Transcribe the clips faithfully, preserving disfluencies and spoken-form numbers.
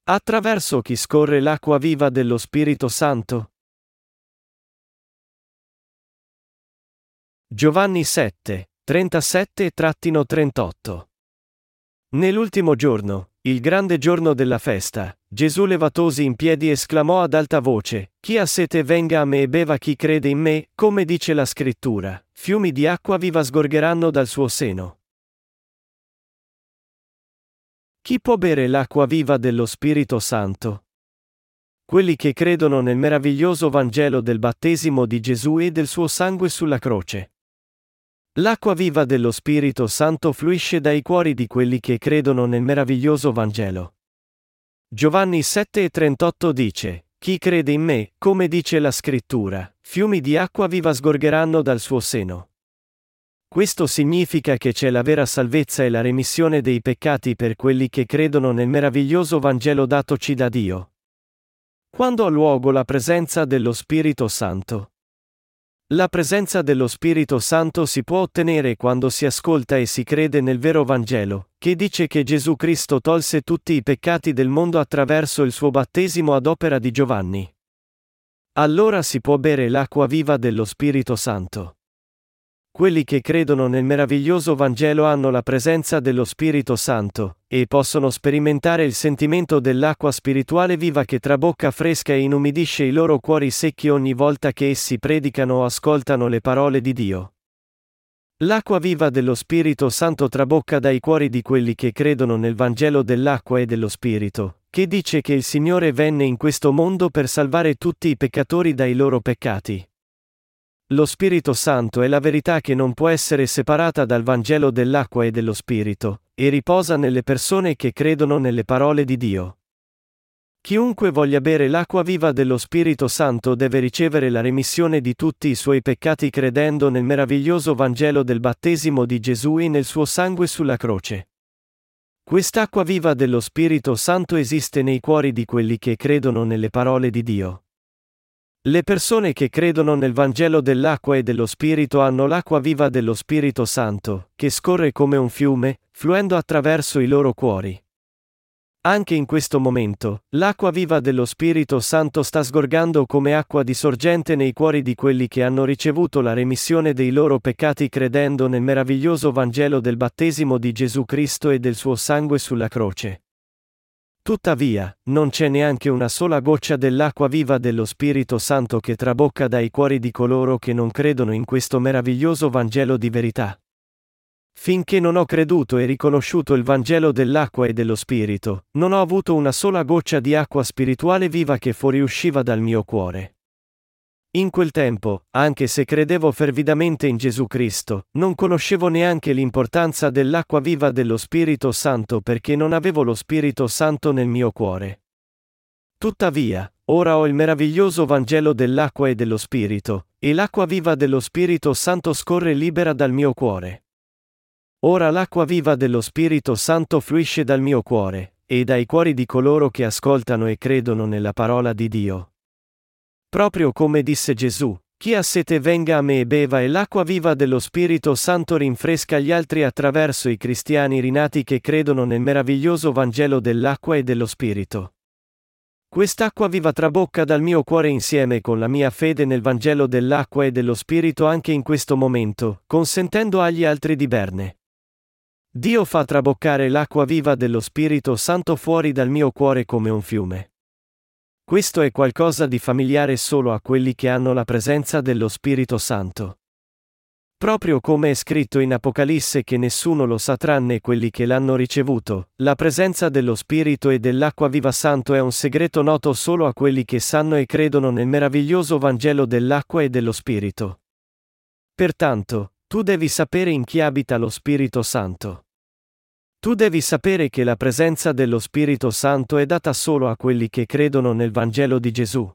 Attraverso chi scorre l'acqua viva dello Spirito Santo? Giovanni sette, trentasette trentotto. Nell'ultimo giorno, il grande giorno della festa, Gesù levatosi in piedi esclamò ad alta voce: «Chi ha sete venga a me e beva, chi crede in me, come dice la Scrittura, fiumi di acqua viva sgorgeranno dal suo seno». Chi può bere l'acqua viva dello Spirito Santo? Quelli che credono nel meraviglioso Vangelo del battesimo di Gesù e del suo sangue sulla croce. L'acqua viva dello Spirito Santo fluisce dai cuori di quelli che credono nel meraviglioso Vangelo. Giovanni sette trentotto dice: «Chi crede in me, come dice la Scrittura, fiumi di acqua viva sgorgeranno dal suo seno». Questo significa che c'è la vera salvezza e la remissione dei peccati per quelli che credono nel meraviglioso Vangelo datoci da Dio. Quando ha luogo la presenza dello Spirito Santo? La presenza dello Spirito Santo si può ottenere quando si ascolta e si crede nel vero Vangelo, che dice che Gesù Cristo tolse tutti i peccati del mondo attraverso il suo battesimo ad opera di Giovanni. Allora si può bere l'acqua viva dello Spirito Santo. Quelli che credono nel meraviglioso Vangelo hanno la presenza dello Spirito Santo, e possono sperimentare il sentimento dell'acqua spirituale viva che trabocca fresca e inumidisce i loro cuori secchi ogni volta che essi predicano o ascoltano le parole di Dio. L'acqua viva dello Spirito Santo trabocca dai cuori di quelli che credono nel Vangelo dell'acqua e dello Spirito, che dice che il Signore venne in questo mondo per salvare tutti i peccatori dai loro peccati. Lo Spirito Santo è la verità che non può essere separata dal Vangelo dell'acqua e dello Spirito, e riposa nelle persone che credono nelle parole di Dio. Chiunque voglia bere l'acqua viva dello Spirito Santo deve ricevere la remissione di tutti i suoi peccati credendo nel meraviglioso Vangelo del battesimo di Gesù e nel suo sangue sulla croce. Quest'acqua viva dello Spirito Santo esiste nei cuori di quelli che credono nelle parole di Dio. Le persone che credono nel Vangelo dell'acqua e dello Spirito hanno l'acqua viva dello Spirito Santo, che scorre come un fiume, fluendo attraverso i loro cuori. Anche in questo momento, l'acqua viva dello Spirito Santo sta sgorgando come acqua di sorgente nei cuori di quelli che hanno ricevuto la remissione dei loro peccati credendo nel meraviglioso Vangelo del battesimo di Gesù Cristo e del suo sangue sulla croce. Tuttavia, non c'è neanche una sola goccia dell'acqua viva dello Spirito Santo che trabocca dai cuori di coloro che non credono in questo meraviglioso Vangelo di verità. Finché non ho creduto e riconosciuto il Vangelo dell'acqua e dello Spirito, non ho avuto una sola goccia di acqua spirituale viva che fuoriusciva dal mio cuore. In quel tempo, anche se credevo fervidamente in Gesù Cristo, non conoscevo neanche l'importanza dell'acqua viva dello Spirito Santo perché non avevo lo Spirito Santo nel mio cuore. Tuttavia, ora ho il meraviglioso Vangelo dell'acqua e dello Spirito, e l'acqua viva dello Spirito Santo scorre libera dal mio cuore. Ora l'acqua viva dello Spirito Santo fluisce dal mio cuore, e dai cuori di coloro che ascoltano e credono nella parola di Dio. Proprio come disse Gesù: «Chi ha sete venga a me e beva», e l'acqua viva dello Spirito Santo rinfresca gli altri attraverso i cristiani rinati che credono nel meraviglioso Vangelo dell'acqua e dello Spirito. Quest'acqua viva trabocca dal mio cuore insieme con la mia fede nel Vangelo dell'acqua e dello Spirito anche in questo momento, consentendo agli altri di berne. Dio fa traboccare l'acqua viva dello Spirito Santo fuori dal mio cuore come un fiume. Questo è qualcosa di familiare solo a quelli che hanno la presenza dello Spirito Santo. Proprio come è scritto in Apocalisse che nessuno lo sa tranne quelli che l'hanno ricevuto, la presenza dello Spirito e dell'acqua viva santo è un segreto noto solo a quelli che sanno e credono nel meraviglioso Vangelo dell'acqua e dello Spirito. Pertanto, tu devi sapere in chi abita lo Spirito Santo. Tu devi sapere che la presenza dello Spirito Santo è data solo a quelli che credono nel Vangelo di Gesù.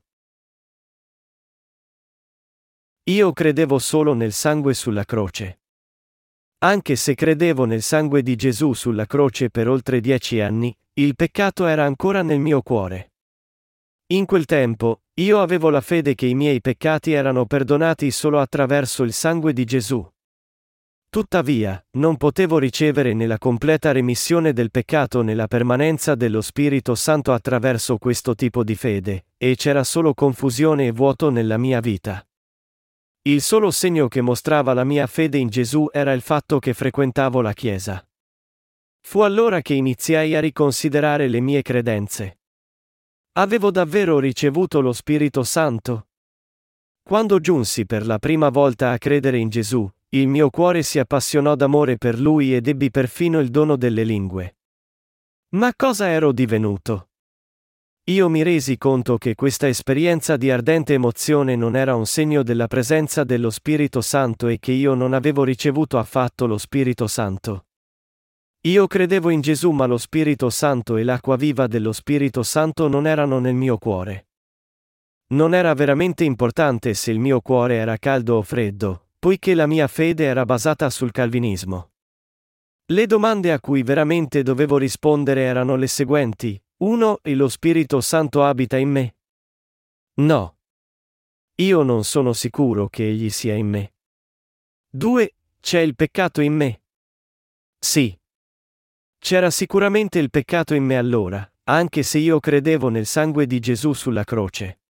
Io credevo solo nel sangue sulla croce. Anche se credevo nel sangue di Gesù sulla croce per oltre dieci anni, il peccato era ancora nel mio cuore. In quel tempo, io avevo la fede che i miei peccati erano perdonati solo attraverso il sangue di Gesù. Tuttavia, non potevo ricevere né la completa remissione del peccato né la permanenza dello Spirito Santo attraverso questo tipo di fede, e c'era solo confusione e vuoto nella mia vita. Il solo segno che mostrava la mia fede in Gesù era il fatto che frequentavo la Chiesa. Fu allora che iniziai a riconsiderare le mie credenze. Avevo davvero ricevuto lo Spirito Santo? Quando giunsi per la prima volta a credere in Gesù, il mio cuore si appassionò d'amore per Lui ed ebbi perfino il dono delle lingue. Ma cosa ero divenuto? Io mi resi conto che questa esperienza di ardente emozione non era un segno della presenza dello Spirito Santo e che io non avevo ricevuto affatto lo Spirito Santo. Io credevo in Gesù, ma lo Spirito Santo e l'acqua viva dello Spirito Santo non erano nel mio cuore. Non era veramente importante se il mio cuore era caldo o freddo, poiché la mia fede era basata sul calvinismo. Le domande a cui veramente dovevo rispondere erano le seguenti: uno. E lo Spirito Santo abita in me? No. Io non sono sicuro che egli sia in me. due. C'è il peccato in me? Sì. C'era sicuramente il peccato in me allora, anche se io credevo nel sangue di Gesù sulla croce.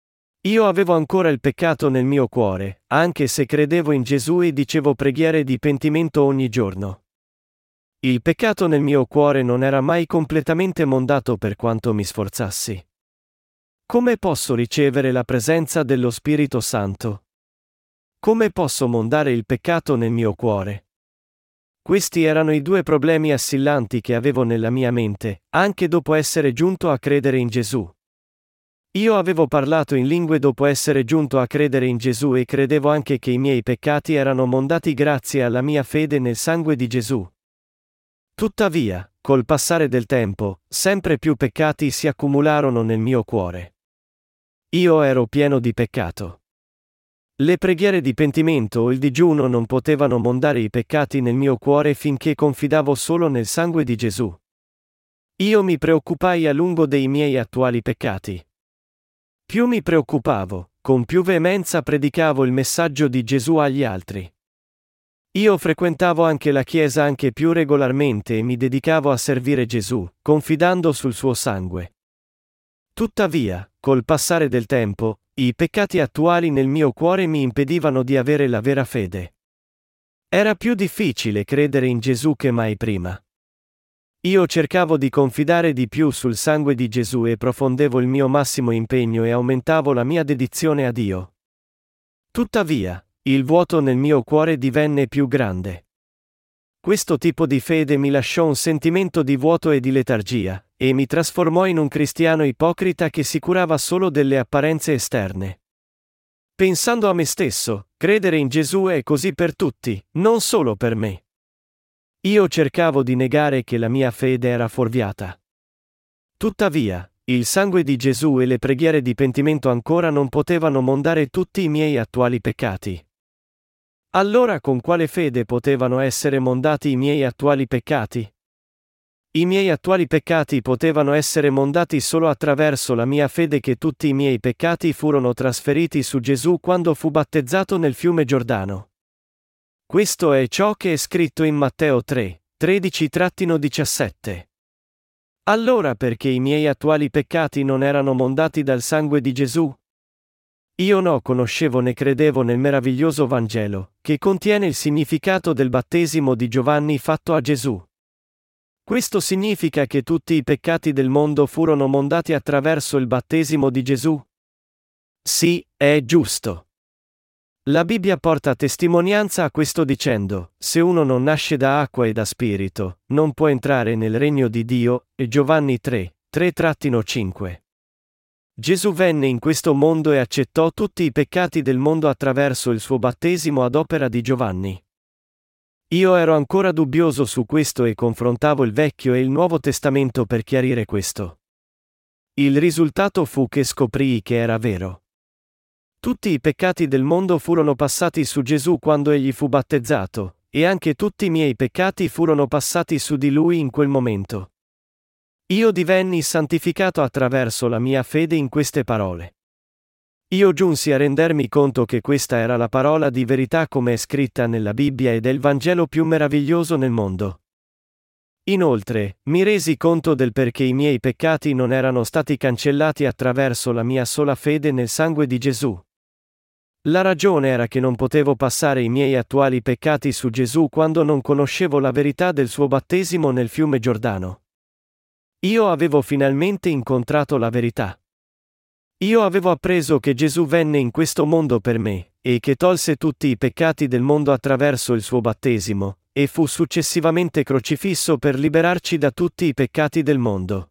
Io avevo ancora il peccato nel mio cuore, anche se credevo in Gesù e dicevo preghiere di pentimento ogni giorno. Il peccato nel mio cuore non era mai completamente mondato per quanto mi sforzassi. Come posso ricevere la presenza dello Spirito Santo? Come posso mondare il peccato nel mio cuore? Questi erano i due problemi assillanti che avevo nella mia mente, anche dopo essere giunto a credere in Gesù. Io avevo parlato in lingue dopo essere giunto a credere in Gesù e credevo anche che i miei peccati erano mondati grazie alla mia fede nel sangue di Gesù. Tuttavia, col passare del tempo, sempre più peccati si accumularono nel mio cuore. Io ero pieno di peccato. Le preghiere di pentimento o il digiuno non potevano mondare i peccati nel mio cuore finché confidavo solo nel sangue di Gesù. Io mi preoccupai a lungo dei miei attuali peccati. Più mi preoccupavo, con più veemenza predicavo il messaggio di Gesù agli altri. Io frequentavo anche la Chiesa anche più regolarmente e mi dedicavo a servire Gesù, confidando sul suo sangue. Tuttavia, col passare del tempo, i peccati attuali nel mio cuore mi impedivano di avere la vera fede. Era più difficile credere in Gesù che mai prima. Io cercavo di confidare di più sul sangue di Gesù e profondevo il mio massimo impegno e aumentavo la mia dedizione a Dio. Tuttavia, il vuoto nel mio cuore divenne più grande. Questo tipo di fede mi lasciò un sentimento di vuoto e di letargia, e mi trasformò in un cristiano ipocrita che si curava solo delle apparenze esterne. Pensando a me stesso, credere in Gesù è così per tutti, non solo per me. Io cercavo di negare che la mia fede era fuorviata. Tuttavia, il sangue di Gesù e le preghiere di pentimento ancora non potevano mondare tutti i miei attuali peccati. Allora con quale fede potevano essere mondati i miei attuali peccati? I miei attuali peccati potevano essere mondati solo attraverso la mia fede che tutti i miei peccati furono trasferiti su Gesù quando fu battezzato nel fiume Giordano. Questo è ciò che è scritto in Matteo tre, tredici diciassette. Allora perché i miei attuali peccati non erano mondati dal sangue di Gesù? Io no conoscevo né credevo nel meraviglioso Vangelo, che contiene il significato del battesimo di Giovanni fatto a Gesù. Questo significa che tutti i peccati del mondo furono mondati attraverso il battesimo di Gesù? Sì, è giusto. La Bibbia porta testimonianza a questo dicendo: se uno non nasce da acqua e da spirito, non può entrare nel regno di Dio, e Giovanni tre, tre cinque. Gesù venne in questo mondo e accettò tutti i peccati del mondo attraverso il suo battesimo ad opera di Giovanni. Io ero ancora dubbioso su questo e confrontavo il Vecchio e il Nuovo Testamento per chiarire questo. Il risultato fu che scoprii che era vero. Tutti i peccati del mondo furono passati su Gesù quando egli fu battezzato, e anche tutti i miei peccati furono passati su di lui in quel momento. Io divenni santificato attraverso la mia fede in queste parole. Io giunsi a rendermi conto che questa era la parola di verità come è scritta nella Bibbia ed è il Vangelo più meraviglioso nel mondo. Inoltre, mi resi conto del perché i miei peccati non erano stati cancellati attraverso la mia sola fede nel sangue di Gesù. La ragione era che non potevo passare i miei attuali peccati su Gesù quando non conoscevo la verità del suo battesimo nel fiume Giordano. Io avevo finalmente incontrato la verità. Io avevo appreso che Gesù venne in questo mondo per me, e che tolse tutti i peccati del mondo attraverso il suo battesimo, e fu successivamente crocifisso per liberarci da tutti i peccati del mondo.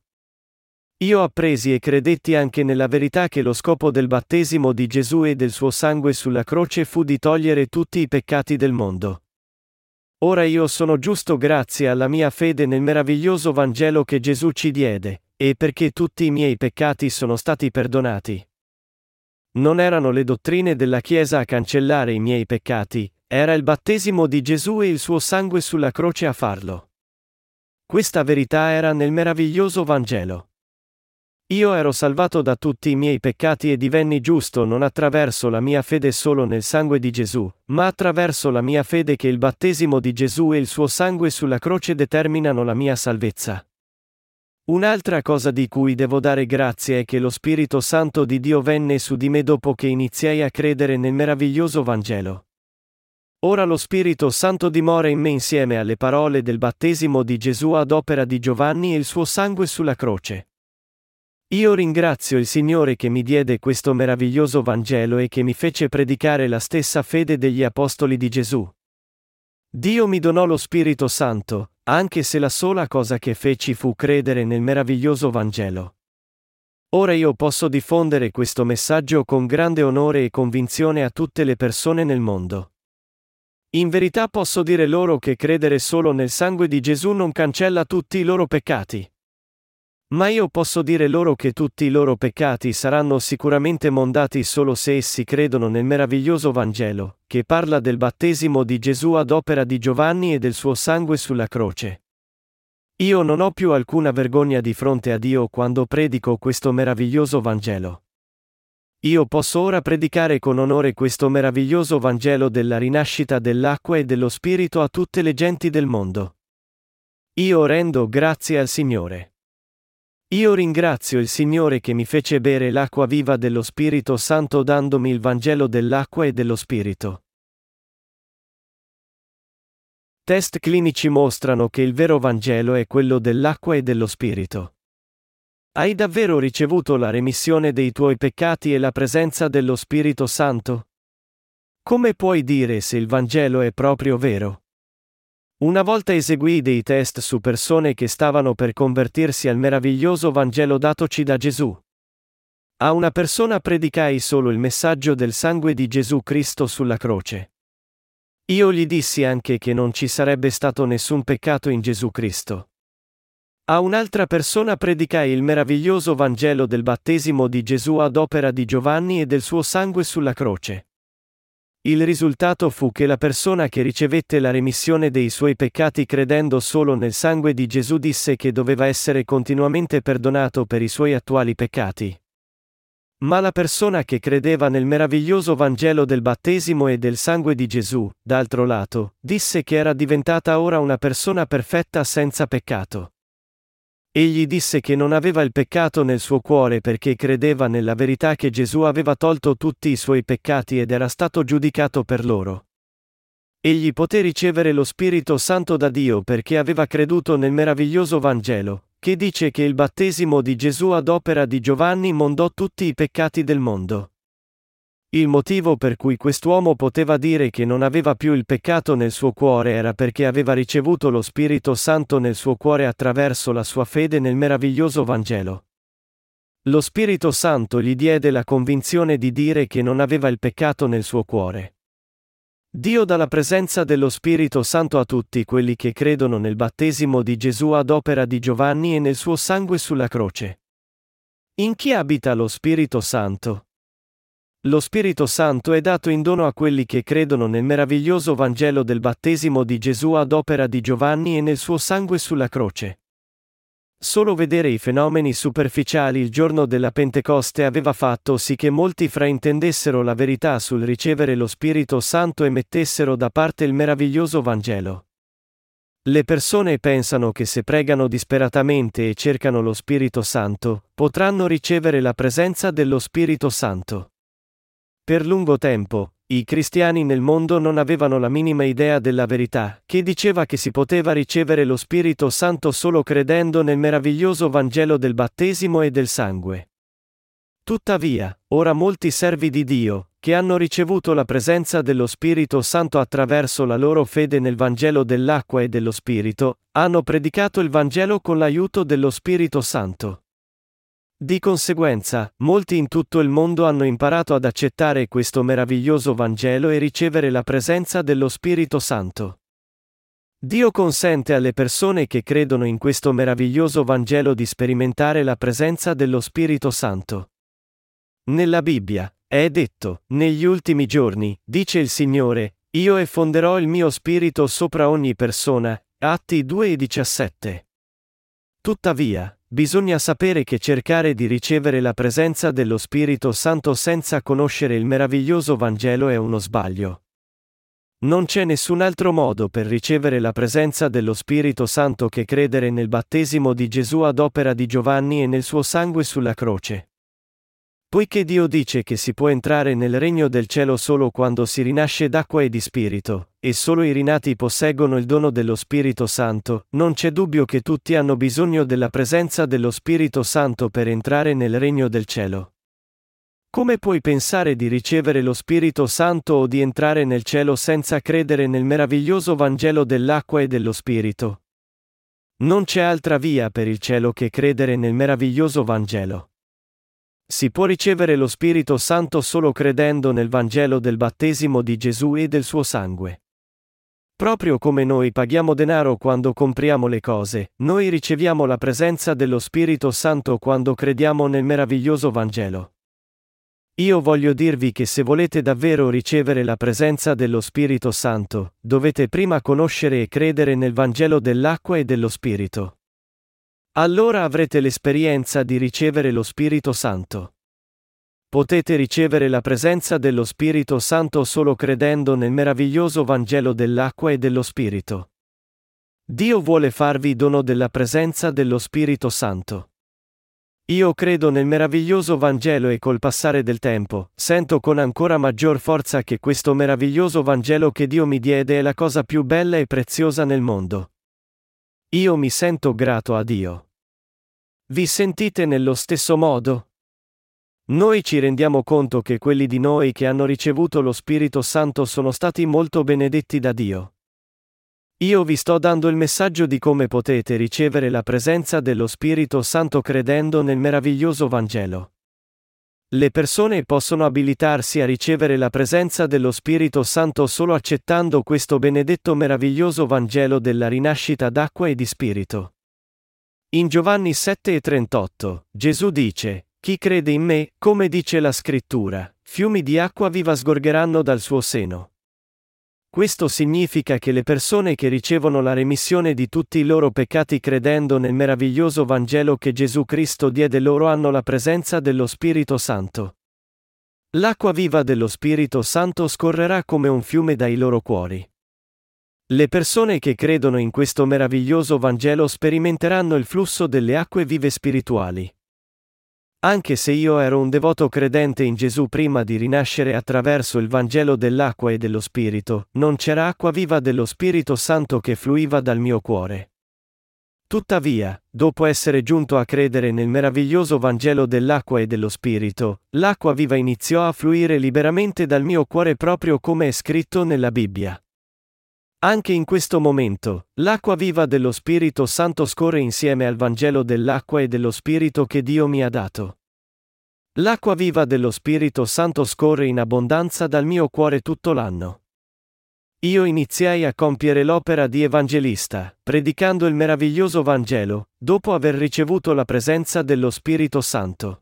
Io appresi e credetti anche nella verità che lo scopo del battesimo di Gesù e del suo sangue sulla croce fu di togliere tutti i peccati del mondo. Ora io sono giusto grazie alla mia fede nel meraviglioso Vangelo che Gesù ci diede, e perché tutti i miei peccati sono stati perdonati. Non erano le dottrine della Chiesa a cancellare i miei peccati, era il battesimo di Gesù e il suo sangue sulla croce a farlo. Questa verità era nel meraviglioso Vangelo. Io ero salvato da tutti i miei peccati e divenni giusto non attraverso la mia fede solo nel sangue di Gesù, ma attraverso la mia fede che il battesimo di Gesù e il suo sangue sulla croce determinano la mia salvezza. Un'altra cosa di cui devo dare grazie è che lo Spirito Santo di Dio venne su di me dopo che iniziai a credere nel meraviglioso Vangelo. Ora lo Spirito Santo dimora in me insieme alle parole del battesimo di Gesù ad opera di Giovanni e il suo sangue sulla croce. Io ringrazio il Signore che mi diede questo meraviglioso Vangelo e che mi fece predicare la stessa fede degli Apostoli di Gesù. Dio mi donò lo Spirito Santo, anche se la sola cosa che feci fu credere nel meraviglioso Vangelo. Ora io posso diffondere questo messaggio con grande onore e convinzione a tutte le persone nel mondo. In verità posso dire loro che credere solo nel sangue di Gesù non cancella tutti i loro peccati. Ma io posso dire loro che tutti i loro peccati saranno sicuramente mondati solo se essi credono nel meraviglioso Vangelo, che parla del battesimo di Gesù ad opera di Giovanni e del suo sangue sulla croce. Io non ho più alcuna vergogna di fronte a Dio quando predico questo meraviglioso Vangelo. Io posso ora predicare con onore questo meraviglioso Vangelo della rinascita dell'acqua e dello Spirito a tutte le genti del mondo. Io rendo grazie al Signore. Io ringrazio il Signore che mi fece bere l'acqua viva dello Spirito Santo dandomi il Vangelo dell'acqua e dello Spirito. Test clinici mostrano che il vero Vangelo è quello dell'acqua e dello Spirito. Hai davvero ricevuto la remissione dei tuoi peccati e la presenza dello Spirito Santo? Come puoi dire se il Vangelo è proprio vero? Una volta eseguii dei test su persone che stavano per convertirsi al meraviglioso Vangelo datoci da Gesù. A una persona predicai solo il messaggio del sangue di Gesù Cristo sulla croce. Io gli dissi anche che non ci sarebbe stato nessun peccato in Gesù Cristo. A un'altra persona predicai il meraviglioso Vangelo del battesimo di Gesù ad opera di Giovanni e del suo sangue sulla croce. Il risultato fu che la persona che ricevette la remissione dei suoi peccati credendo solo nel sangue di Gesù disse che doveva essere continuamente perdonato per i suoi attuali peccati. Ma la persona che credeva nel meraviglioso Vangelo del battesimo e del sangue di Gesù, d'altro lato, disse che era diventata ora una persona perfetta senza peccato. Egli disse che non aveva il peccato nel suo cuore perché credeva nella verità che Gesù aveva tolto tutti i suoi peccati ed era stato giudicato per loro. Egli poté ricevere lo Spirito Santo da Dio perché aveva creduto nel meraviglioso Vangelo, che dice che il battesimo di Gesù ad opera di Giovanni mondò tutti i peccati del mondo. Il motivo per cui quest'uomo poteva dire che non aveva più il peccato nel suo cuore era perché aveva ricevuto lo Spirito Santo nel suo cuore attraverso la sua fede nel meraviglioso Vangelo. Lo Spirito Santo gli diede la convinzione di dire che non aveva il peccato nel suo cuore. Dio dà la presenza dello Spirito Santo a tutti quelli che credono nel battesimo di Gesù ad opera di Giovanni e nel suo sangue sulla croce. In chi abita lo Spirito Santo? Lo Spirito Santo è dato in dono a quelli che credono nel meraviglioso Vangelo del battesimo di Gesù ad opera di Giovanni e nel suo sangue sulla croce. Solo vedere i fenomeni superficiali il giorno della Pentecoste aveva fatto sì che molti fraintendessero la verità sul ricevere lo Spirito Santo e mettessero da parte il meraviglioso Vangelo. Le persone pensano che se pregano disperatamente e cercano lo Spirito Santo, potranno ricevere la presenza dello Spirito Santo. Per lungo tempo, i cristiani nel mondo non avevano la minima idea della verità, che diceva che si poteva ricevere lo Spirito Santo solo credendo nel meraviglioso Vangelo del battesimo e del sangue. Tuttavia, ora molti servi di Dio, che hanno ricevuto la presenza dello Spirito Santo attraverso la loro fede nel Vangelo dell'acqua e dello Spirito, hanno predicato il Vangelo con l'aiuto dello Spirito Santo. Di conseguenza, molti in tutto il mondo hanno imparato ad accettare questo meraviglioso Vangelo e ricevere la presenza dello Spirito Santo. Dio consente alle persone che credono in questo meraviglioso Vangelo di sperimentare la presenza dello Spirito Santo. Nella Bibbia, è detto, negli ultimi giorni, dice il Signore, io effonderò il mio spirito sopra ogni persona, Atti due e diciassette. Tuttavia, bisogna sapere che cercare di ricevere la presenza dello Spirito Santo senza conoscere il meraviglioso Vangelo è uno sbaglio. Non c'è nessun altro modo per ricevere la presenza dello Spirito Santo che credere nel battesimo di Gesù ad opera di Giovanni e nel suo sangue sulla croce. Poiché Dio dice che si può entrare nel regno del cielo solo quando si rinasce d'acqua e di spirito, e solo i rinati posseggono il dono dello Spirito Santo, non c'è dubbio che tutti hanno bisogno della presenza dello Spirito Santo per entrare nel regno del cielo. Come puoi pensare di ricevere lo Spirito Santo o di entrare nel cielo senza credere nel meraviglioso Vangelo dell'acqua e dello Spirito? Non c'è altra via per il cielo che credere nel meraviglioso Vangelo. Si può ricevere lo Spirito Santo solo credendo nel Vangelo del battesimo di Gesù e del suo sangue. Proprio come noi paghiamo denaro quando compriamo le cose, noi riceviamo la presenza dello Spirito Santo quando crediamo nel meraviglioso Vangelo. Io voglio dirvi che se volete davvero ricevere la presenza dello Spirito Santo, dovete prima conoscere e credere nel Vangelo dell'acqua e dello Spirito. Allora avrete l'esperienza di ricevere lo Spirito Santo. Potete ricevere la presenza dello Spirito Santo solo credendo nel meraviglioso Vangelo dell'acqua e dello Spirito. Dio vuole farvi dono della presenza dello Spirito Santo. Io credo nel meraviglioso Vangelo e col passare del tempo, sento con ancora maggior forza che questo meraviglioso Vangelo che Dio mi diede è la cosa più bella e preziosa nel mondo. Io mi sento grato a Dio. Vi sentite nello stesso modo? Noi ci rendiamo conto che quelli di noi che hanno ricevuto lo Spirito Santo sono stati molto benedetti da Dio. Io vi sto dando il messaggio di come potete ricevere la presenza dello Spirito Santo credendo nel meraviglioso Vangelo. Le persone possono abilitarsi a ricevere la presenza dello Spirito Santo solo accettando questo benedetto meraviglioso Vangelo della rinascita d'acqua e di spirito. In Giovanni sette e trentotto, Gesù dice, chi crede in me, come dice la Scrittura, fiumi di acqua viva sgorgeranno dal suo seno. Questo significa che le persone che ricevono la remissione di tutti i loro peccati credendo nel meraviglioso Vangelo che Gesù Cristo diede loro hanno la presenza dello Spirito Santo. L'acqua viva dello Spirito Santo scorrerà come un fiume dai loro cuori. Le persone che credono in questo meraviglioso Vangelo sperimenteranno il flusso delle acque vive spirituali. Anche se io ero un devoto credente in Gesù prima di rinascere attraverso il Vangelo dell'acqua e dello Spirito, non c'era acqua viva dello Spirito Santo che fluiva dal mio cuore. Tuttavia, dopo essere giunto a credere nel meraviglioso Vangelo dell'acqua e dello Spirito, l'acqua viva iniziò a fluire liberamente dal mio cuore proprio come è scritto nella Bibbia. Anche in questo momento, l'acqua viva dello Spirito Santo scorre insieme al Vangelo dell'acqua e dello Spirito che Dio mi ha dato. L'acqua viva dello Spirito Santo scorre in abbondanza dal mio cuore tutto l'anno. Io iniziai a compiere l'opera di evangelista, predicando il meraviglioso Vangelo, dopo aver ricevuto la presenza dello Spirito Santo.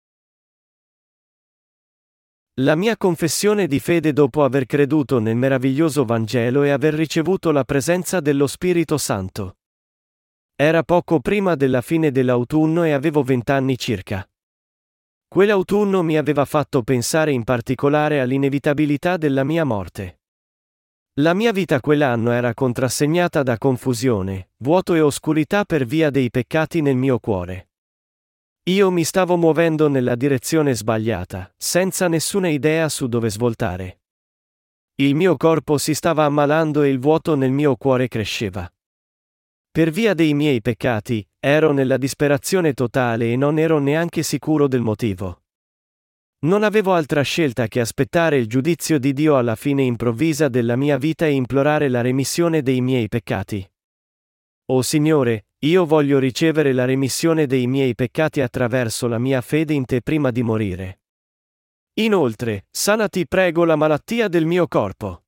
La mia confessione di fede dopo aver creduto nel meraviglioso Vangelo e aver ricevuto la presenza dello Spirito Santo. Era poco prima della fine dell'autunno e avevo vent'anni circa. Quell'autunno mi aveva fatto pensare in particolare all'inevitabilità della mia morte. La mia vita quell'anno era contrassegnata da confusione, vuoto e oscurità per via dei peccati nel mio cuore. Io mi stavo muovendo nella direzione sbagliata, senza nessuna idea su dove svoltare. Il mio corpo si stava ammalando e il vuoto nel mio cuore cresceva. Per via dei miei peccati, ero nella disperazione totale e non ero neanche sicuro del motivo. Non avevo altra scelta che aspettare il giudizio di Dio alla fine improvvisa della mia vita e implorare la remissione dei miei peccati. O Signore, io voglio ricevere la remissione dei miei peccati attraverso la mia fede in Te prima di morire. Inoltre, sanati prego la malattia del mio corpo.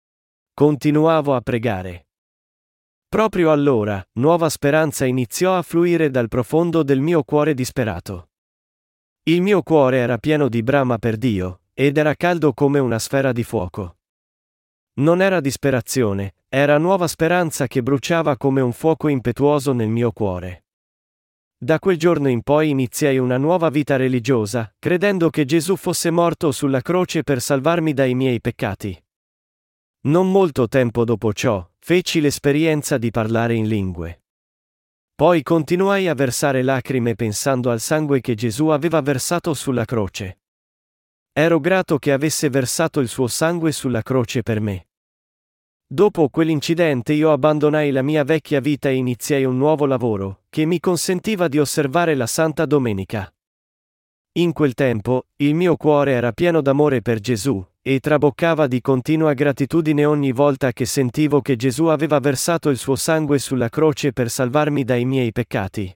Continuavo a pregare. Proprio allora, nuova speranza iniziò a fluire dal profondo del mio cuore disperato. Il mio cuore era pieno di brama per Dio, ed era caldo come una sfera di fuoco. Non era disperazione, era nuova speranza che bruciava come un fuoco impetuoso nel mio cuore. Da quel giorno in poi iniziai una nuova vita religiosa, credendo che Gesù fosse morto sulla croce per salvarmi dai miei peccati. Non molto tempo dopo ciò, feci l'esperienza di parlare in lingue. Poi continuai a versare lacrime pensando al sangue che Gesù aveva versato sulla croce. Ero grato che avesse versato il suo sangue sulla croce per me. Dopo quell'incidente io abbandonai la mia vecchia vita e iniziai un nuovo lavoro, che mi consentiva di osservare la Santa Domenica. In quel tempo, il mio cuore era pieno d'amore per Gesù, e traboccava di continua gratitudine ogni volta che sentivo che Gesù aveva versato il suo sangue sulla croce per salvarmi dai miei peccati.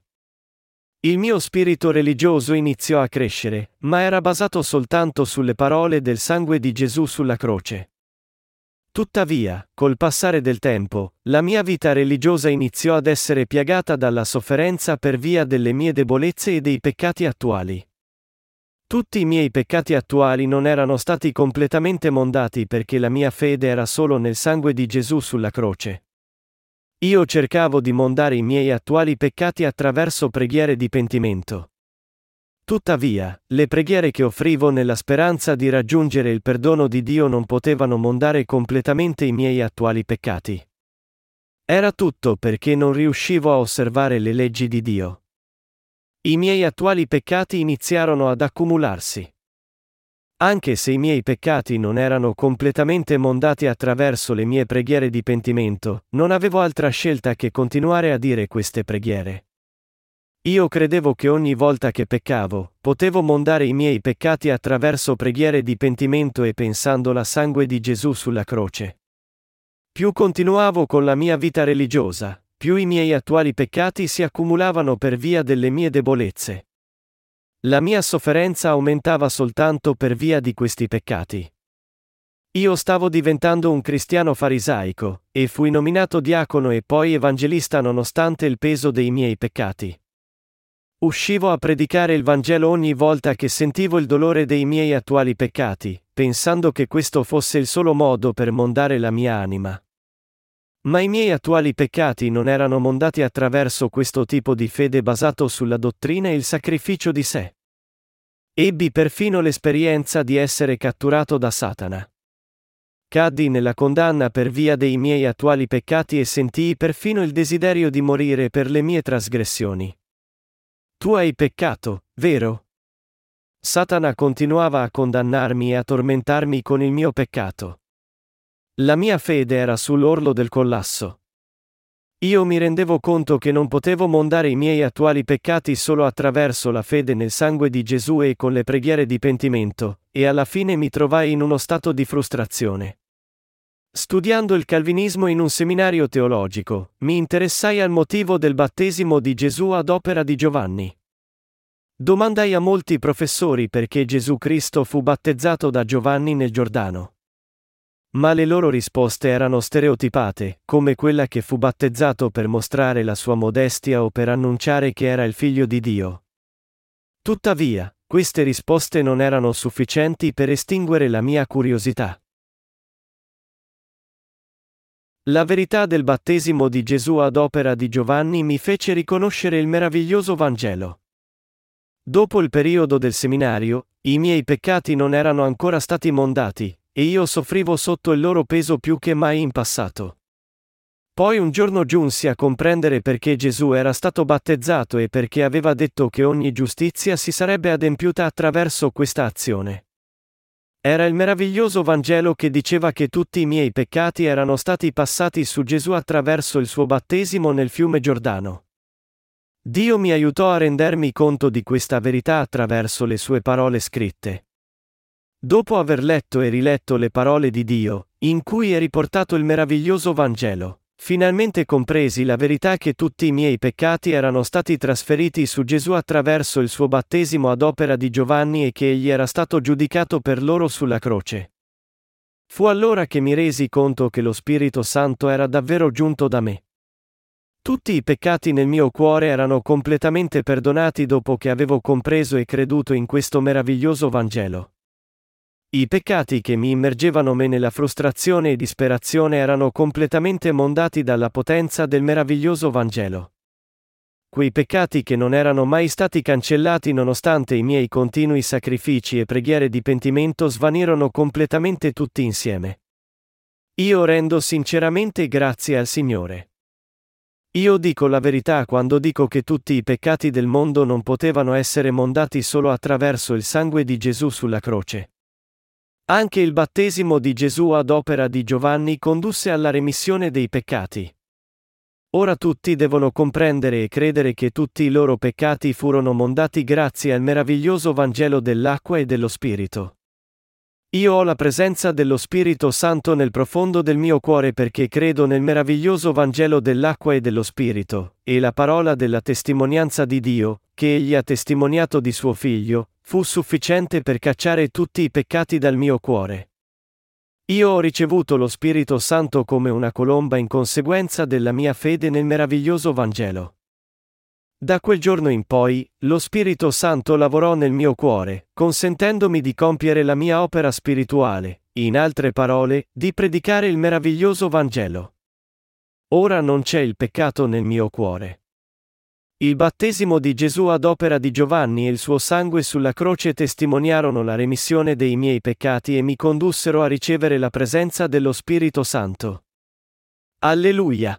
Il mio spirito religioso iniziò a crescere, ma era basato soltanto sulle parole del sangue di Gesù sulla croce. Tuttavia, col passare del tempo, la mia vita religiosa iniziò ad essere piagata dalla sofferenza per via delle mie debolezze e dei peccati attuali. Tutti i miei peccati attuali non erano stati completamente mondati perché la mia fede era solo nel sangue di Gesù sulla croce. Io cercavo di mondare i miei attuali peccati attraverso preghiere di pentimento. Tuttavia, le preghiere che offrivo nella speranza di raggiungere il perdono di Dio non potevano mondare completamente i miei attuali peccati. Era tutto perché non riuscivo a osservare le leggi di Dio. I miei attuali peccati iniziarono ad accumularsi. Anche se i miei peccati non erano completamente mondati attraverso le mie preghiere di pentimento, non avevo altra scelta che continuare a dire queste preghiere. Io credevo che ogni volta che peccavo, potevo mondare i miei peccati attraverso preghiere di pentimento e pensando al sangue di Gesù sulla croce. Più continuavo con la mia vita religiosa, più i miei attuali peccati si accumulavano per via delle mie debolezze. La mia sofferenza aumentava soltanto per via di questi peccati. Io stavo diventando un cristiano farisaico, e fui nominato diacono e poi evangelista nonostante il peso dei miei peccati. Uscivo a predicare il Vangelo ogni volta che sentivo il dolore dei miei attuali peccati, pensando che questo fosse il solo modo per mondare la mia anima. Ma i miei attuali peccati non erano mondati attraverso questo tipo di fede basato sulla dottrina e il sacrificio di sé. Ebbi perfino l'esperienza di essere catturato da Satana. Caddi nella condanna per via dei miei attuali peccati e sentii perfino il desiderio di morire per le mie trasgressioni. Tu hai peccato, vero? Satana continuava a condannarmi e a tormentarmi con il mio peccato. La mia fede era sull'orlo del collasso. Io mi rendevo conto che non potevo mondare i miei attuali peccati solo attraverso la fede nel sangue di Gesù e con le preghiere di pentimento, e alla fine mi trovai in uno stato di frustrazione. Studiando il calvinismo in un seminario teologico, mi interessai al motivo del battesimo di Gesù ad opera di Giovanni. Domandai a molti professori perché Gesù Cristo fu battezzato da Giovanni nel Giordano. Ma le loro risposte erano stereotipate, come quella che fu battezzato per mostrare la sua modestia o per annunciare che era il figlio di Dio. Tuttavia, queste risposte non erano sufficienti per estinguere la mia curiosità. La verità del battesimo di Gesù ad opera di Giovanni mi fece riconoscere il meraviglioso Vangelo. Dopo il periodo del seminario, i miei peccati non erano ancora stati mondati, e io soffrivo sotto il loro peso più che mai in passato. Poi un giorno giunsi a comprendere perché Gesù era stato battezzato e perché aveva detto che ogni giustizia si sarebbe adempiuta attraverso questa azione. Era il meraviglioso Vangelo che diceva che tutti i miei peccati erano stati passati su Gesù attraverso il suo battesimo nel fiume Giordano. Dio mi aiutò a rendermi conto di questa verità attraverso le sue parole scritte. Dopo aver letto e riletto le parole di Dio, in cui è riportato il meraviglioso Vangelo, finalmente compresi la verità che tutti i miei peccati erano stati trasferiti su Gesù attraverso il suo battesimo ad opera di Giovanni e che egli era stato giudicato per loro sulla croce. Fu allora che mi resi conto che lo Spirito Santo era davvero giunto da me. Tutti i peccati nel mio cuore erano completamente perdonati dopo che avevo compreso e creduto in questo meraviglioso Vangelo. I peccati che mi immergevano me nella frustrazione e disperazione erano completamente mondati dalla potenza del meraviglioso Vangelo. Quei peccati che non erano mai stati cancellati nonostante i miei continui sacrifici e preghiere di pentimento svanirono completamente tutti insieme. Io rendo sinceramente grazie al Signore. Io dico la verità quando dico che tutti i peccati del mondo non potevano essere mondati solo attraverso il sangue di Gesù sulla croce. Anche il battesimo di Gesù ad opera di Giovanni condusse alla remissione dei peccati. Ora tutti devono comprendere e credere che tutti i loro peccati furono mondati grazie al meraviglioso Vangelo dell'acqua e dello Spirito. Io ho la presenza dello Spirito Santo nel profondo del mio cuore perché credo nel meraviglioso Vangelo dell'acqua e dello Spirito, e la parola della testimonianza di Dio, che Egli ha testimoniato di suo Figlio, fu sufficiente per cacciare tutti i peccati dal mio cuore. Io ho ricevuto lo Spirito Santo come una colomba in conseguenza della mia fede nel meraviglioso Vangelo. Da quel giorno in poi, lo Spirito Santo lavorò nel mio cuore, consentendomi di compiere la mia opera spirituale, in altre parole, di predicare il meraviglioso Vangelo. Ora non c'è il peccato nel mio cuore. Il battesimo di Gesù ad opera di Giovanni e il suo sangue sulla croce testimoniarono la remissione dei miei peccati e mi condussero a ricevere la presenza dello Spirito Santo. Alleluia!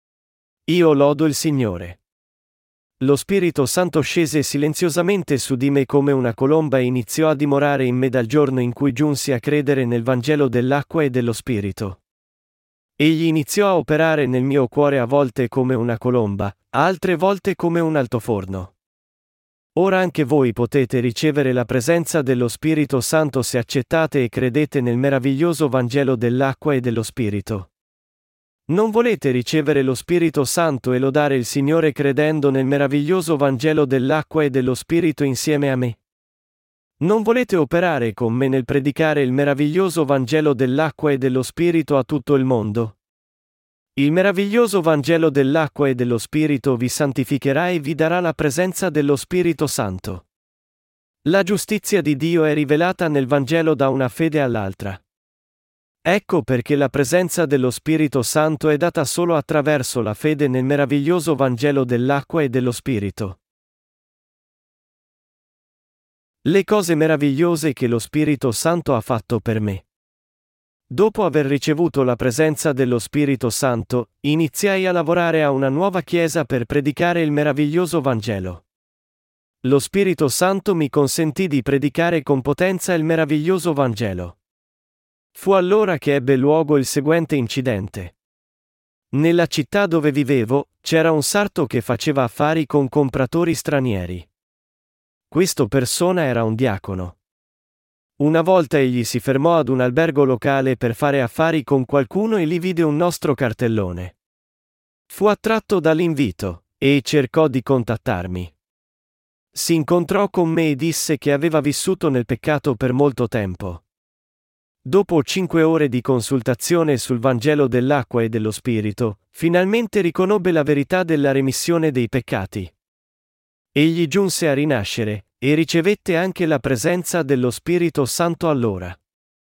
Io lodo il Signore. Lo Spirito Santo scese silenziosamente su di me come una colomba e iniziò a dimorare in me dal giorno in cui giunsi a credere nel Vangelo dell'acqua e dello Spirito. Egli iniziò a operare nel mio cuore a volte come una colomba, altre volte come un altoforno. Ora anche voi potete ricevere la presenza dello Spirito Santo se accettate e credete nel meraviglioso Vangelo dell'acqua e dello Spirito. Non volete ricevere lo Spirito Santo e lodare il Signore credendo nel meraviglioso Vangelo dell'acqua e dello Spirito insieme a me? Non volete operare con me nel predicare il meraviglioso Vangelo dell'acqua e dello Spirito a tutto il mondo? Il meraviglioso Vangelo dell'acqua e dello Spirito vi santificherà e vi darà la presenza dello Spirito Santo. La giustizia di Dio è rivelata nel Vangelo da una fede all'altra. Ecco perché la presenza dello Spirito Santo è data solo attraverso la fede nel meraviglioso Vangelo dell'acqua e dello Spirito. Le cose meravigliose che lo Spirito Santo ha fatto per me. Dopo aver ricevuto la presenza dello Spirito Santo, iniziai a lavorare a una nuova chiesa per predicare il meraviglioso Vangelo. Lo Spirito Santo mi consentì di predicare con potenza il meraviglioso Vangelo. Fu allora che ebbe luogo il seguente incidente. Nella città dove vivevo, c'era un sarto che faceva affari con compratori stranieri. Questo persona era un diacono. Una volta egli si fermò ad un albergo locale per fare affari con qualcuno e lì vide un nostro cartellone. Fu attratto dall'invito, e cercò di contattarmi. Si incontrò con me e disse che aveva vissuto nel peccato per molto tempo. Dopo cinque ore di consultazione sul Vangelo dell'acqua e dello Spirito, finalmente riconobbe la verità della remissione dei peccati. Egli giunse a rinascere, e ricevette anche la presenza dello Spirito Santo allora.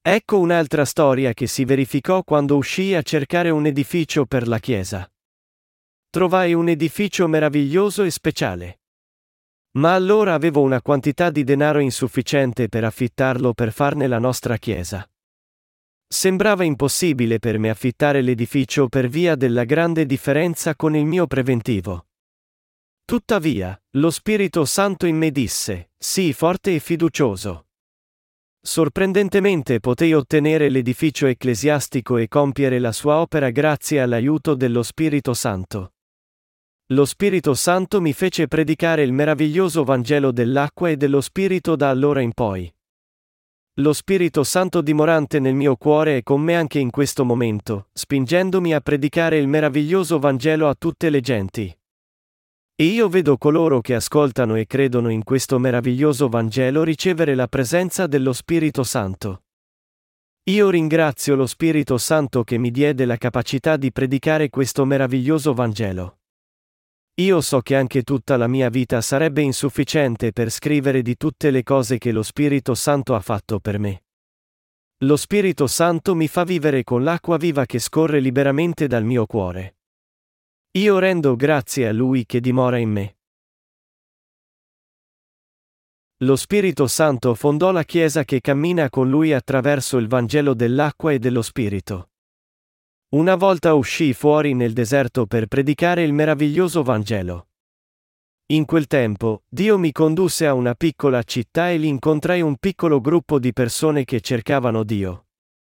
Ecco un'altra storia che si verificò quando uscii a cercare un edificio per la chiesa. Trovai un edificio meraviglioso e speciale. Ma allora avevo una quantità di denaro insufficiente per affittarlo per farne la nostra chiesa. Sembrava impossibile per me affittare l'edificio per via della grande differenza con il mio preventivo. Tuttavia, lo Spirito Santo in me disse: sii forte e fiducioso. Sorprendentemente potei ottenere l'edificio ecclesiastico e compiere la sua opera grazie all'aiuto dello Spirito Santo. Lo Spirito Santo mi fece predicare il meraviglioso Vangelo dell'acqua e dello Spirito da allora in poi. Lo Spirito Santo dimorante nel mio cuore è con me anche in questo momento, spingendomi a predicare il meraviglioso Vangelo a tutte le genti. E io vedo coloro che ascoltano e credono in questo meraviglioso Vangelo ricevere la presenza dello Spirito Santo. Io ringrazio lo Spirito Santo che mi diede la capacità di predicare questo meraviglioso Vangelo. Io so che anche tutta la mia vita sarebbe insufficiente per scrivere di tutte le cose che lo Spirito Santo ha fatto per me. Lo Spirito Santo mi fa vivere con l'acqua viva che scorre liberamente dal mio cuore. Io rendo grazie a Lui che dimora in me. Lo Spirito Santo fondò la Chiesa che cammina con Lui attraverso il Vangelo dell'acqua e dello Spirito. Una volta uscii fuori nel deserto per predicare il meraviglioso Vangelo. In quel tempo, Dio mi condusse a una piccola città e lì incontrai un piccolo gruppo di persone che cercavano Dio.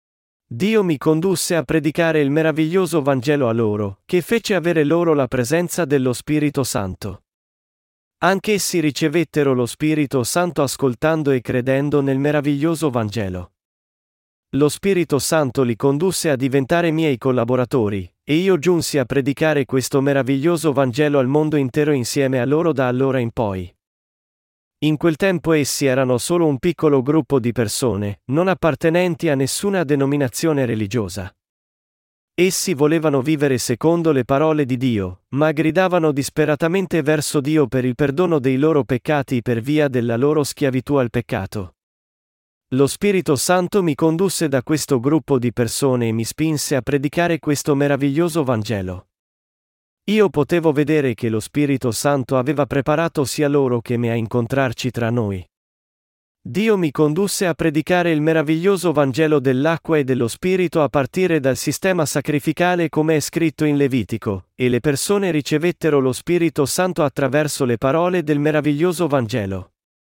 Dio mi condusse a predicare il meraviglioso Vangelo a loro, che fece avere loro la presenza dello Spirito Santo. Anch'essi ricevettero lo Spirito Santo ascoltando e credendo nel meraviglioso Vangelo. Lo Spirito Santo li condusse a diventare miei collaboratori, e io giunsi a predicare questo meraviglioso Vangelo al mondo intero insieme a loro da allora in poi. In quel tempo essi erano solo un piccolo gruppo di persone, non appartenenti a nessuna denominazione religiosa. Essi volevano vivere secondo le parole di Dio, ma gridavano disperatamente verso Dio per il perdono dei loro peccati per via della loro schiavitù al peccato. Lo Spirito Santo mi condusse da questo gruppo di persone e mi spinse a predicare questo meraviglioso Vangelo. Io potevo vedere che lo Spirito Santo aveva preparato sia loro che me a incontrarci tra noi. Dio mi condusse a predicare il meraviglioso Vangelo dell'acqua e dello Spirito a partire dal sistema sacrificale come è scritto in Levitico, e le persone ricevettero lo Spirito Santo attraverso le parole del meraviglioso Vangelo.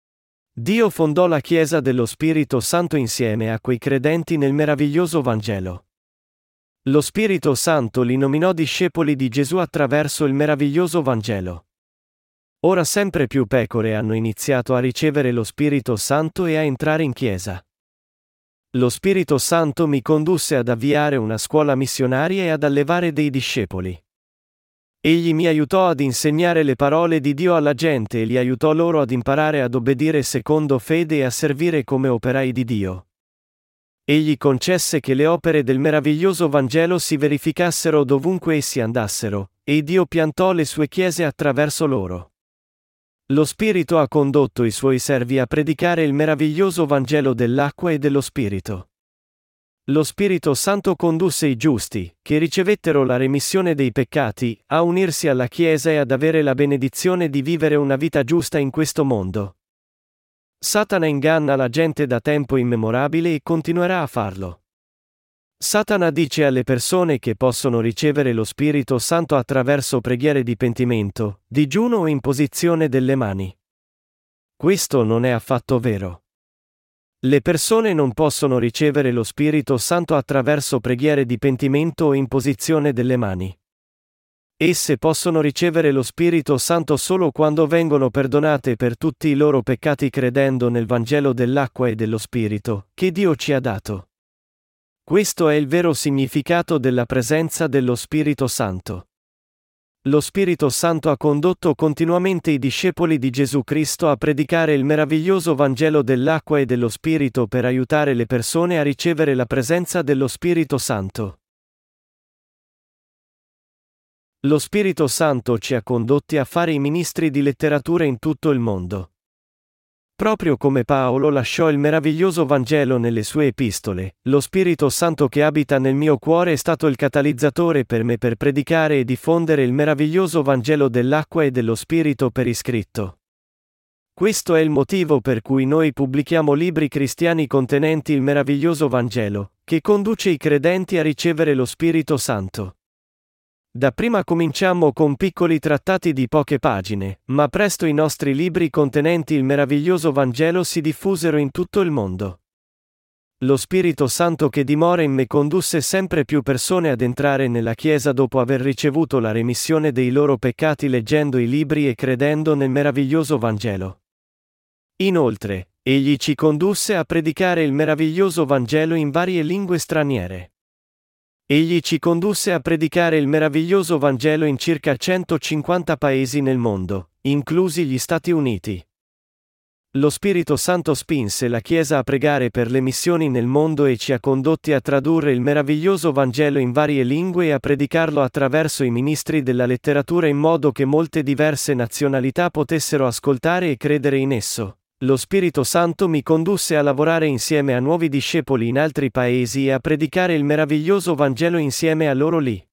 Dio fondò la Chiesa dello Spirito Santo insieme a quei credenti nel meraviglioso Vangelo. Lo Spirito Santo li nominò discepoli di Gesù attraverso il meraviglioso Vangelo. Ora sempre più pecore hanno iniziato a ricevere lo Spirito Santo e a entrare in Chiesa. Lo Spirito Santo mi condusse ad avviare una scuola missionaria e ad allevare dei discepoli. Egli mi aiutò ad insegnare le parole di Dio alla gente e li aiutò loro ad imparare ad obbedire secondo fede e a servire come operai di Dio. Egli concesse che le opere del meraviglioso Vangelo si verificassero dovunque essi andassero, e Dio piantò le sue chiese attraverso loro. Lo Spirito ha condotto i suoi servi a predicare il meraviglioso Vangelo dell'acqua e dello Spirito. Lo Spirito Santo condusse i giusti, che ricevettero la remissione dei peccati, a unirsi alla Chiesa e ad avere la benedizione di vivere una vita giusta in questo mondo. Satana inganna la gente da tempo immemorabile e continuerà a farlo. Satana dice alle persone che possono ricevere lo Spirito Santo attraverso preghiere di pentimento, digiuno o imposizione delle mani. Questo non è affatto vero. Le persone non possono ricevere lo Spirito Santo attraverso preghiere di pentimento o imposizione delle mani. Esse possono ricevere lo Spirito Santo solo quando vengono perdonate per tutti i loro peccati credendo nel Vangelo dell'acqua e dello Spirito, che Dio ci ha dato. Questo è il vero significato della presenza dello Spirito Santo. Lo Spirito Santo ha condotto continuamente i discepoli di Gesù Cristo a predicare il meraviglioso Vangelo dell'acqua e dello Spirito per aiutare le persone a ricevere la presenza dello Spirito Santo. Lo Spirito Santo ci ha condotti a fare i ministri di letteratura in tutto il mondo. Proprio come Paolo lasciò il meraviglioso Vangelo nelle sue epistole, lo Spirito Santo che abita nel mio cuore è stato il catalizzatore per me per predicare e diffondere il meraviglioso Vangelo dell'acqua e dello Spirito per iscritto. Questo è il motivo per cui noi pubblichiamo libri cristiani contenenti il meraviglioso Vangelo, che conduce i credenti a ricevere lo Spirito Santo. Dapprima cominciammo con piccoli trattati di poche pagine, ma presto i nostri libri contenenti il meraviglioso Vangelo si diffusero in tutto il mondo. Lo Spirito Santo che dimora in me condusse sempre più persone ad entrare nella Chiesa dopo aver ricevuto la remissione dei loro peccati leggendo i libri e credendo nel meraviglioso Vangelo. Inoltre, egli ci condusse a predicare il meraviglioso Vangelo in varie lingue straniere. Egli ci condusse a predicare il meraviglioso Vangelo in circa centocinquanta paesi nel mondo, inclusi gli Stati Uniti. Lo Spirito Santo spinse la Chiesa a pregare per le missioni nel mondo e ci ha condotti a tradurre il meraviglioso Vangelo in varie lingue e a predicarlo attraverso i ministri della letteratura in modo che molte diverse nazionalità potessero ascoltare e credere in esso. Lo Spirito Santo mi condusse a lavorare insieme a nuovi discepoli in altri paesi e a predicare il meraviglioso Vangelo insieme a loro lì.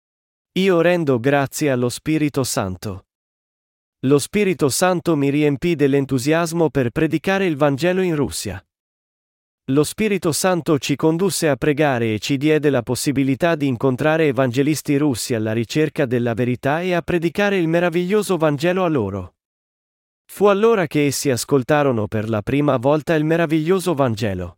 Io rendo grazie allo Spirito Santo. Lo Spirito Santo mi riempì dell'entusiasmo per predicare il Vangelo in Russia. Lo Spirito Santo ci condusse a pregare e ci diede la possibilità di incontrare evangelisti russi alla ricerca della verità e a predicare il meraviglioso Vangelo a loro. Fu allora che essi ascoltarono per la prima volta il meraviglioso Vangelo.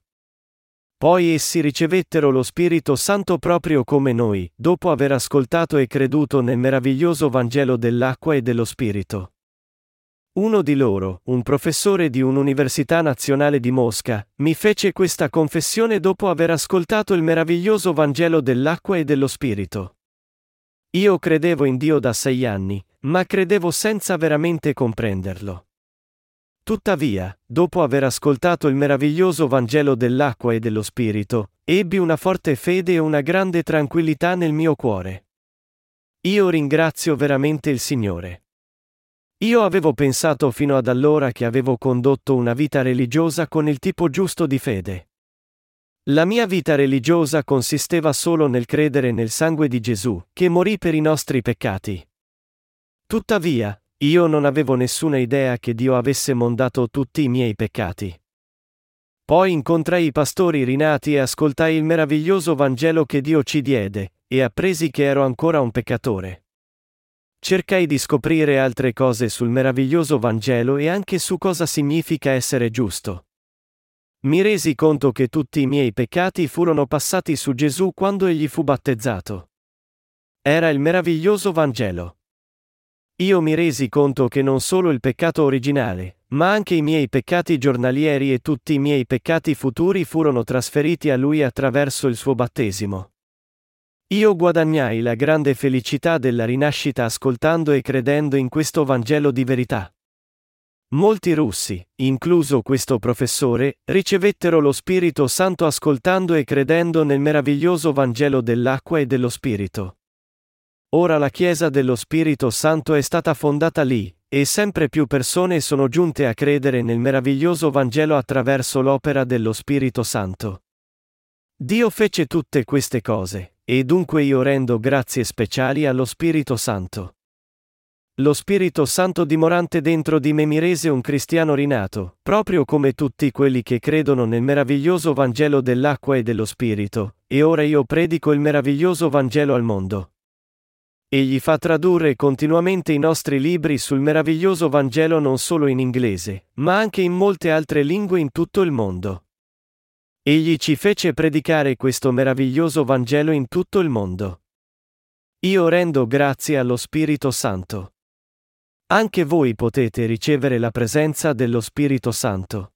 Poi essi ricevettero lo Spirito Santo proprio come noi, dopo aver ascoltato e creduto nel meraviglioso Vangelo dell'acqua e dello Spirito. Uno di loro, un professore di un'università nazionale di Mosca, mi fece questa confessione dopo aver ascoltato il meraviglioso Vangelo dell'acqua e dello Spirito. Io credevo in Dio da sei anni, ma credevo senza veramente comprenderlo. Tuttavia, dopo aver ascoltato il meraviglioso Vangelo dell'acqua e dello Spirito, ebbi una forte fede e una grande tranquillità nel mio cuore. Io ringrazio veramente il Signore. Io avevo pensato fino ad allora che avevo condotto una vita religiosa con il tipo giusto di fede. La mia vita religiosa consisteva solo nel credere nel sangue di Gesù, che morì per i nostri peccati. Tuttavia, io non avevo nessuna idea che Dio avesse mondato tutti i miei peccati. Poi incontrai i pastori rinati e ascoltai il meraviglioso Vangelo che Dio ci diede, e appresi che ero ancora un peccatore. Cercai di scoprire altre cose sul meraviglioso Vangelo e anche su cosa significa essere giusto. Mi resi conto che tutti i miei peccati furono passati su Gesù quando egli fu battezzato. Era il meraviglioso Vangelo. Io mi resi conto che non solo il peccato originale, ma anche i miei peccati giornalieri e tutti i miei peccati futuri furono trasferiti a Lui attraverso il suo battesimo. Io guadagnai la grande felicità della rinascita ascoltando e credendo in questo Vangelo di verità. Molti russi, incluso questo professore, ricevettero lo Spirito Santo ascoltando e credendo nel meraviglioso Vangelo dell'acqua e dello Spirito. Ora la Chiesa dello Spirito Santo è stata fondata lì, e sempre più persone sono giunte a credere nel meraviglioso Vangelo attraverso l'opera dello Spirito Santo. Dio fece tutte queste cose, e dunque io rendo grazie speciali allo Spirito Santo. Lo Spirito Santo dimorante dentro di me mi rese un cristiano rinato, proprio come tutti quelli che credono nel meraviglioso Vangelo dell'acqua e dello Spirito, e ora io predico il meraviglioso Vangelo al mondo. Egli fa tradurre continuamente i nostri libri sul meraviglioso Vangelo non solo in inglese, ma anche in molte altre lingue in tutto il mondo. Egli ci fece predicare questo meraviglioso Vangelo in tutto il mondo. Io rendo grazie allo Spirito Santo. Anche voi potete ricevere la presenza dello Spirito Santo.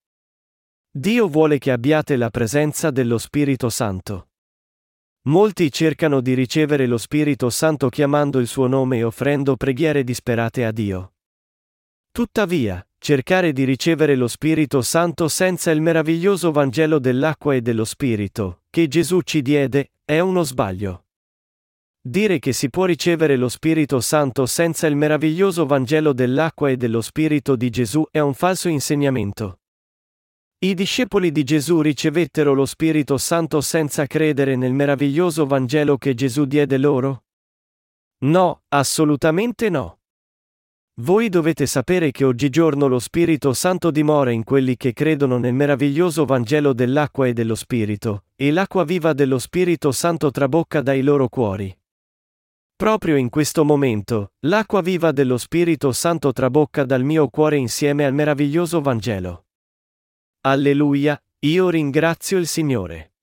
Dio vuole che abbiate la presenza dello Spirito Santo. Molti cercano di ricevere lo Spirito Santo chiamando il suo nome e offrendo preghiere disperate a Dio. Tuttavia, cercare di ricevere lo Spirito Santo senza il meraviglioso Vangelo dell'acqua e dello Spirito, che Gesù ci diede, è uno sbaglio. Dire che si può ricevere lo Spirito Santo senza il meraviglioso Vangelo dell'acqua e dello Spirito di Gesù è un falso insegnamento. I discepoli di Gesù ricevettero lo Spirito Santo senza credere nel meraviglioso Vangelo che Gesù diede loro? No, assolutamente no. Voi dovete sapere che oggigiorno lo Spirito Santo dimora in quelli che credono nel meraviglioso Vangelo dell'acqua e dello Spirito, e l'acqua viva dello Spirito Santo trabocca dai loro cuori. Proprio in questo momento, l'acqua viva dello Spirito Santo trabocca dal mio cuore insieme al meraviglioso Vangelo. Alleluia, io ringrazio il Signore.